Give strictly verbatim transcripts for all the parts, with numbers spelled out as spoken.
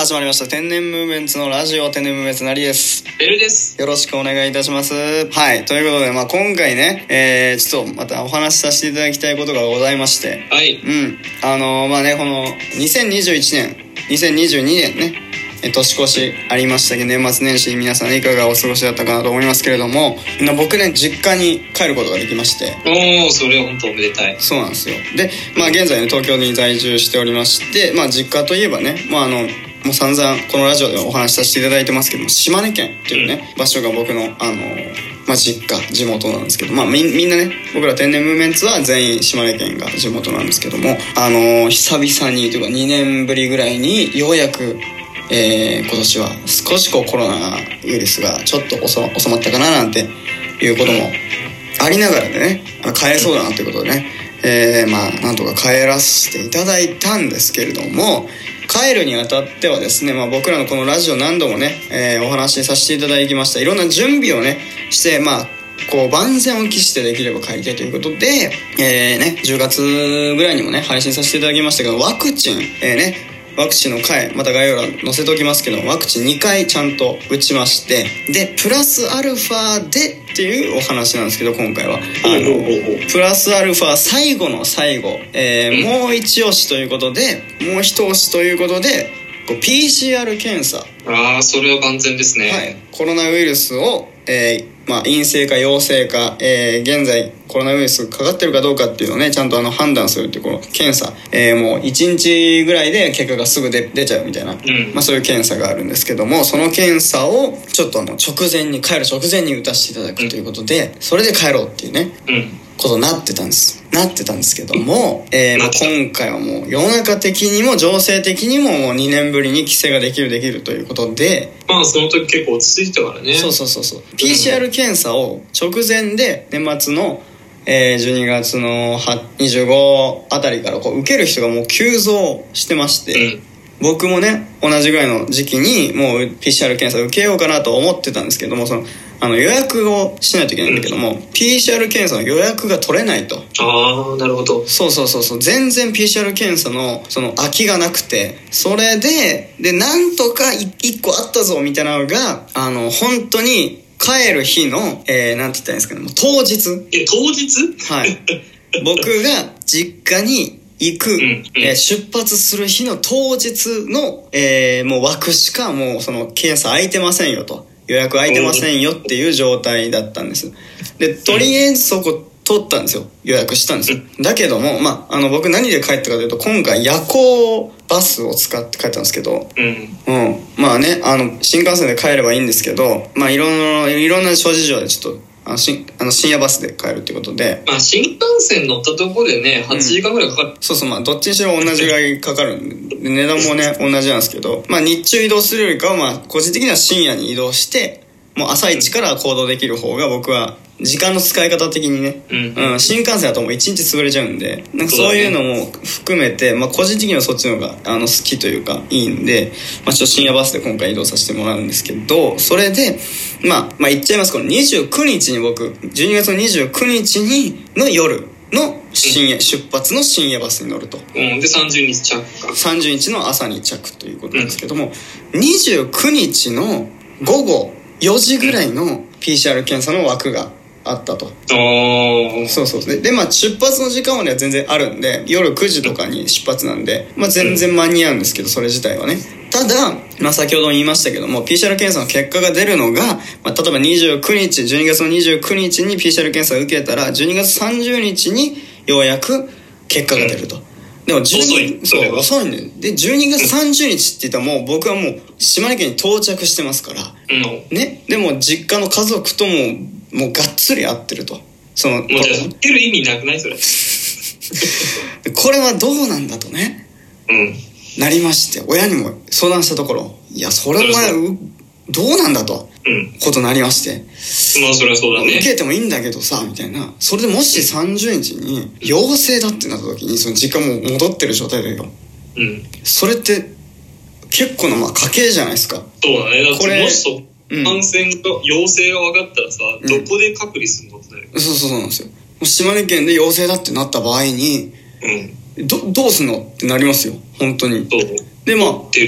始まりました天然ムーブメンツのラジオ。天然ムーブメンツなりです。 ベルです。 よろしくお願いいたします。はい、ということで、まあ、今回ね、えー、ちょっとまたお話しさせていただきたいことがございまして、 はい、 うんあのー、まあねこのにせんにじゅういちねんにせんにじゅうにねんね、年越しありましたけど、年末年始皆さんいかがお過ごしだったかなと思いますけれども、僕ね実家に帰ることができまして。 おお、それは本当おめでたい。 そうなんですよ。で、まあ現在ね東京に在住しておりまして、まあ実家といえばね、まああのもう散々このラジオでお話しさせていただいてますけども、島根県っていうね、うん、場所が僕のあのまあ実家地元なんですけど、まあみ, みんなね僕ら天然ムーブメンツは全員島根県が地元なんですけども、あの久々にというかにねんぶりぐらいにようやくえー、今年は少しこうコロナウイルスがちょっと収まったかななんていうこともありながらでね、帰れそうだなということでね、えー、まあなんとか帰らせていただいたんですけれども、帰るにあたってはですね、まあ、僕らのこのラジオ何度もね、えー、お話しさせていただきました。いろんな準備をねしてまあこう万全を期してできれば帰りたいということで、えーね、じゅうがつぐらいにもね配信させていただきましたけど、ワクチン、えーねワクチンの回また概要欄載せておきますけど、ワクチンにかいちゃんと打ちまして、でプラスアルファでっていうお話なんですけど、今回はあのプラスアルファ最後の最後、えー、もう一押しということでもう一押しということでこう ピーシーアール 検査。 ああ、それは万全ですね。 はい、コロナウイルスを、えーまあ、陰性か陽性か、えー、現在コロナウイルスかかってるかどうかっていうのをねちゃんとあの判断するっていうこの検査、えー、もういちにちぐらいで結果がすぐ出出ちゃうみたいな、うんまあ、そういう検査があるんですけども、その検査をちょっとあの直前に帰る直前に打たせていただくということで、うん、それで帰ろうっていうね、うんことになってたんですなってたんですけども、えーまあ、今回はもう世の中的にも情勢的にももうにねんぶりに規制ができるできるということで、 まあその時結構落ち着いたからね。 そうそうそうそう ピーシーアール 検査を直前で年末の、えー、じゅうにがつのにじゅうごあたりからこう受ける人がもう急増してまして、うん僕もね同じぐらいの時期にもう ピーシーアール 検査を受けようかなと思ってたんですけども、そのあの予約をしないといけないんだけども、うん、ピーシーアール 検査の予約が取れないと。 ああ、なるほど。 そうそうそうそう、全然 ピーシーアール 検査のその空きがなくて、それででなんとかいっこあったぞみたいなのがあの本当に帰る日の、えー、なんて言ったらいいんですかね、もう当日。 え当日はい僕が実家に行く、うんうんえー、出発する日の当日の、えー、もう枠しかもうその検査空いてませんよと、予約空いてませんよっていう状態だったんです。でとりあえずそこ取ったんですよ、予約したんですよ。だけども、まあ、あの僕何で帰ったかというと、今回夜行バスを使って帰ったんですけど、うん、うん、まあねあの新幹線で帰ればいいんですけど、まあいろんな、いろんな諸事情でちょっとあのしあの深夜バスで帰るっていうことで、 まあ新幹線乗ったところでねはちじかんぐらいかかる、うん、 そうそう、まあどっちにしろ同じぐらいかかるんで値段もね同じなんですけど、まあ日中移動するよりかはまあ個人的には深夜に移動してもう朝一から行動できる方が僕は時間の使い方的にね、うんうん、新幹線だともう一日潰れちゃうんで、なんかそういうのも含めて、まあ、個人的にはそっちの方があの好きというかいいんで、まあ、ちょっと深夜バスで今回移動させてもらうんですけど、それでまあ、まあ言っちゃいます。このにじゅうくにちに僕じゅうにがつのにじゅうくにちにの夜の深夜、うん、出発の深夜バスに乗ると、 うん、でさんじゅうにち着かさんじゅうにちの朝に着ということなんですけども、うん、にじゅうくにちの午後よじぐらいの ピーシーアール 検査の枠があったと。 あそうそうで、でまあ出発の時間までは全然あるんで、夜くじとかに出発なんで、まあ、全然間に合うんですけど、それ自体はね。ただ、まあ、先ほども言いましたけども ピーシーアール 検査の結果が出るのが、まあ、例えばにじゅうくにちじゅうにがつのにじゅうくにちに ピーシーアール 検査を受けたらじゅうにがつさんじゅうにちにようやく結果が出ると。でもじゅうに遅いそう遅いんで、でじゅうにがつさんじゅうにちって言ったらもう僕はもう島根県に到着してますから、うんね、でも実家の家族とももうがっつり会ってると。そのもうじゃあ言ってる意味なくないそれこれはどうなんだとね、うんなりまして、親にも相談したところ、いやそれはどうなんだと、うん、ことになりまして、 まあそれはそうだね、 受けてもいいんだけどさみたいな。それでもしさんじゅうにちに陽性だってなった時にその実家も戻ってる状態だよ、うん、それって結構なまあ家系じゃないですか。 そうだね。だってもしそ感染が、うん、陽性が分かったらさ、うん、どこで隔離するのってなる、 そうそうそうなんですよ。島根県で陽性だってなった場合に、うん、ど, どうすんのってなりますよ本当に。 そうでまあで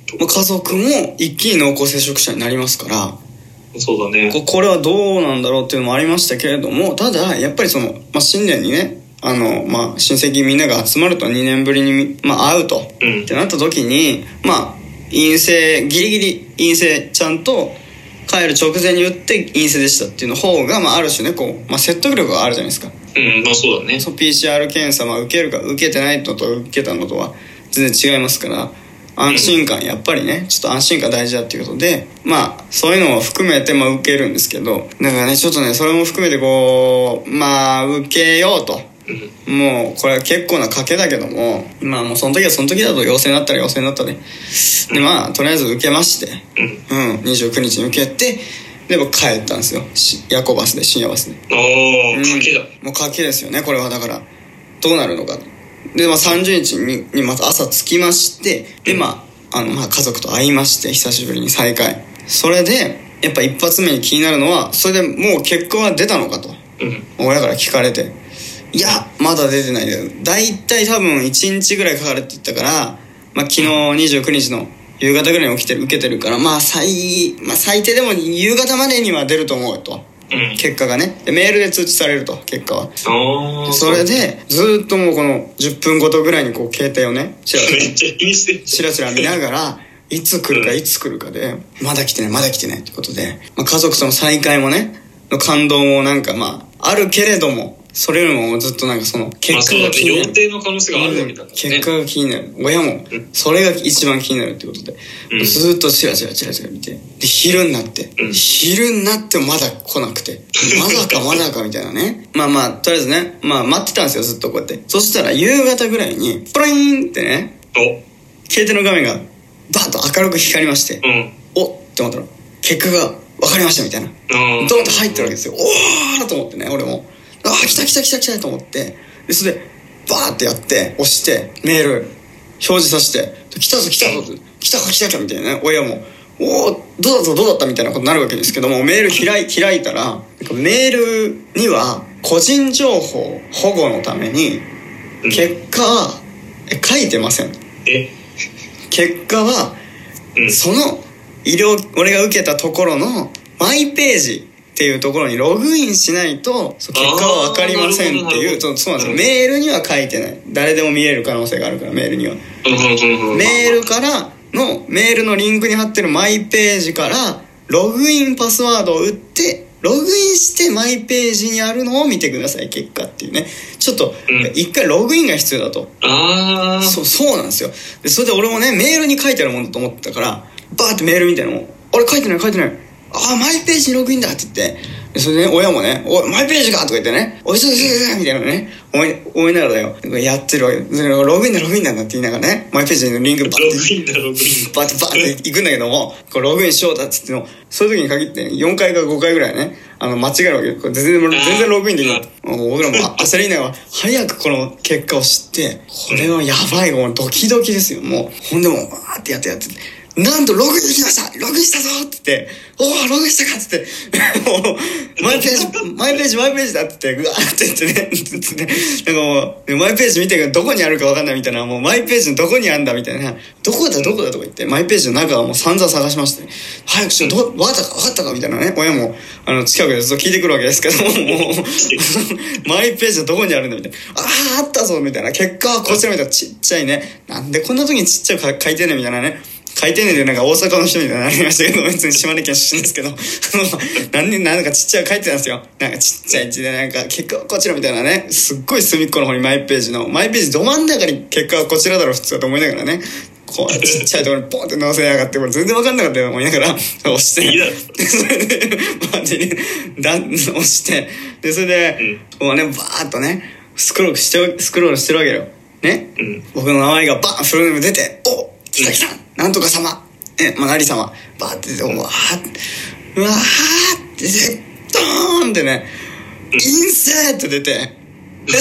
まあ、家族も一気に濃厚接触者になりますから、 そうだね。 こ, これはどうなんだろうっていうのもありましたけれども、ただやっぱりその、まあ、新年にね、あのまあ親戚みんなが集まるとにねんぶりに、まあ、会うと、うん、ってなった時に、まあ陰性ギリギリ陰性ちゃんと帰る直前に打って陰性でしたっていうの方が、まあ、ある種ねこう、まあ、説得力があるじゃないですか。 うん、まあそうだね。 そう ピーシーアール 検査、まあ、受けるか受けてないのと受けたのとは全然違いますから、安心感、やっぱりねちょっと安心感大事だっていうことで、まあそういうのも含めて、まあ、受けるんですけど、だからねちょっとねそれも含めてこうまあ受けようと、うん、もうこれは結構な賭けだけども、まあもうその時はその時だと陽性になったら陽性になったで、でまあとりあえず受けまして、うん、にじゅうくにちに受けて、で僕帰ったんですよ、夜行バスで、深夜バスで。 ああ、賭けだ。 もう賭けですよねこれは。だからどうなるのかで、まあ、さんじゅうにち に, にまず朝着きまして、でまああのまあ家族と会いまして、久しぶりに再会。それでやっぱ一発目に気になるのは、それでもう結果は出たのかと、うん、親から聞かれて、いやまだ出てないで、だいたい多分いちにちぐらいかかるって言ったから、まあ、昨日にじゅうくにちの夕方ぐらいに起きてる受けてるから、まあ 最, まあ最低でも夕方までには出ると思うよと、うん、結果がね。でメールで通知されると、結果は。あ、それでずっともうこのじゅっぷんごとぐらいにこう携帯をねチラチラチラ見ながらいつ来るかいつ来るかで、まだ来てないまだ来てないってことで、まあ、家族との再会もねの感動もなんかまああるけれども、それよりもずっとなんかその結果が気になる、 予定の可能性があるわけだからね。 結果が気になる、親もそれが一番気になるってことで、うん、ずっとチラチラチラチラ見て、で昼になって、うん、昼になってもまだ来なくて、まだかまだかみたいなねまあまあとりあえずね、まあ待ってたんですよずっとこうやって。そしたら夕方ぐらいにプロイーンってね、携帯の画面がバッと明るく光りまして、うん、おっって思ったら結果が分かりましたみたいな、うん、ドンと入ってるわけですよ。おーと思ってね、俺もあー来た来た来た来たと思って、でそれでバーってやって押してメール表示させて、来たぞ来たぞ来たか来たかみたいなね、親もおおどうだったどうだったみたいなことになるわけですけども、メール開い開いたらメールには個人情報保護のために結果は書いてません。え結果は、うん、その医療俺が受けたところのマイページっていうところにログインしないと結果は分かりませんっていう、そうそうなんですよ。メールには書いてない、誰でも見える可能性があるから、メールにはメールからのメールのリンクに貼ってるマイページからログインパスワードを打ってログインしてマイページにあるのを見てください結果っていうね。ちょっと一回ログインが必要だと、あそうそうなんですよ。でそれで俺もねメールに書いてあるもんだと思ってたから、バーってメールみたいなのもあれ書いてない書いてない、ああマイページにログインだって言って、でそれでね親もねおマイページかとか言ってね、おいしそうそうみたいなね思い思いながらだよやってるわけで、ログインだログインだって言いながらねマイページのリンクバッてログインだログインバッてバッて行くんだけども、これログインしようだっつってもそういう時に限ってよんかいかごかいぐらいねあの間違えるわけ。これ全然全然ログインできない。僕らも焦りながら早くこの結果を知って、これはやばい、もうドキドキですよ。もうほんでもうわーってやってやってなんとログインできましたログインしたぞって言って、おーログインしたかっつってもうマイページマイページマイページだって言ってぐわーって言ってねなんかもうマイページ見てどこにあるか分かんないみたいな、もうマイページのどこにあるんだみたいな、どこだどこだとか言ってマイページの中はもう散々探しまして、ね、早くしようど分かったか分かったかみたいなね、親もあの近くでずっと聞いてくるわけですけどももうマイページのどこにあるんだみたいな、あーあったぞみたいな、結果はこちらみたいなちっちゃいね、なんでこんな時にちっちゃい書いてんねんみたいなね、書いてんねんでなんか大阪の人みたいになりましたけど、別に島根県出身ですけどなんでなんかちっちゃい書いてたんですよ。なんかちっちゃい字でなんか結果はこちらみたいなね、すっごい隅っこの方にマイページのマイページど真ん中に結果はこちらだろ普通だと思いながらね、こうちっちゃいところにポンって載せやがって、これ全然分かんなかったよ思いながら押してそれでバーってねだ押してでそれで、うん、こうねバーッとねスクロールしてスクロールしてるわけよね、うん、僕の名前がバーンフルネーム出て、お来た来た、なんとか様えまあ成様バーって出て、うわーうわーって出てドーンってね陰性って出て、やった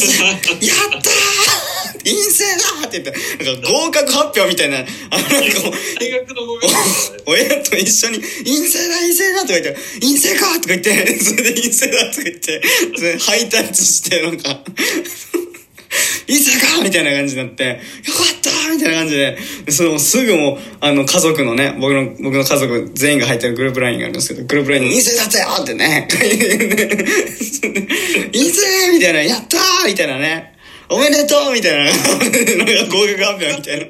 ー陰性だって言って、なんか合格発表みたいな、あのなんかもう大学のごめん親と一緒に陰性だ陰性だとか言って、陰性かとか言って、それで陰性だとか言ってそれハイタッチしてなんかいつかみたいな感じになって、よかったみたいな感じで、でそのすぐもう、あの、家族のね、僕の、僕の家族全員が入ってるグループラインがあるんですけど、グループラインに陰性だったよってね、陰性みたいな、やったーみたいなね、おめでとうみたいな、なんか合格発表みたいな。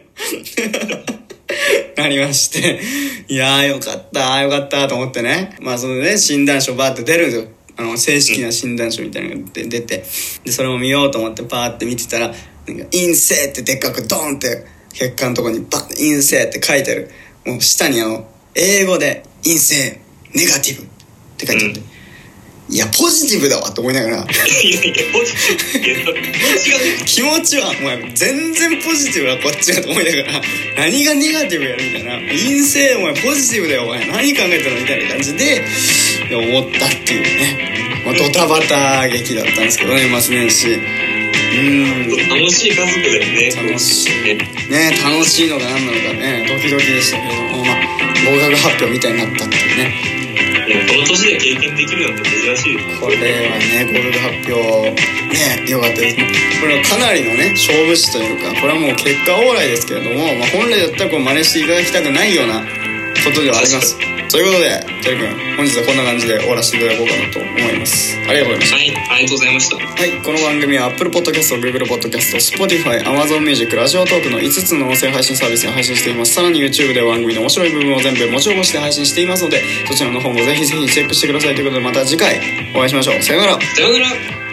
なりまして、いやーよかったよかったと思ってね、まあそのね診断書バーって出るんですよ。あの正式な診断書みたいなのが出て、でそれも見ようと思ってパーって見てたら、なんか陰性ってでっかくドーンって血管のとこにバッ陰性って書いてある。もう下にあの英語で陰性ネガティブって書いてあって、うん、いやポジティブだわと思いながらいやいやポジティブ気持ちはお前全然ポジティブだこっちがと思いながら、何がネガティブやるみたいな、陰性お前ポジティブだよお前何考えたのみたいな感じで思ったっていうね、まあ、ドタバタ劇だったんですけどね、年末年始。うーん楽しい家族だよね。 楽しいね、楽しいのか何なのかね、ドキドキでしたけども、まあ合格発表みたいになったっていうね。 この年で経験できるなんて珍しい。 これはね、合格発表ね、良かったですね。これはかなりのね勝負師というか、これはもう結果オーライですけれども、まあ、本来だったらこう真似していただきたくないようなことではあります。ということでてるくん、本日はこんな感じで終わらせていただこうかなと思います。ありがとうございました。 はい、ありがとうございました。 はい、この番組は Apple Podcast、Google Podcast、Spotify、Amazon Music、ラジオトークのいつつの音声配信サービスで配信しています。さらに YouTube では番組の面白い部分を全部文字起こしで配信していますので、そちらの方もぜひぜひチェックしてくださいということで、また次回お会いしましょう。さようなら。 さようなら。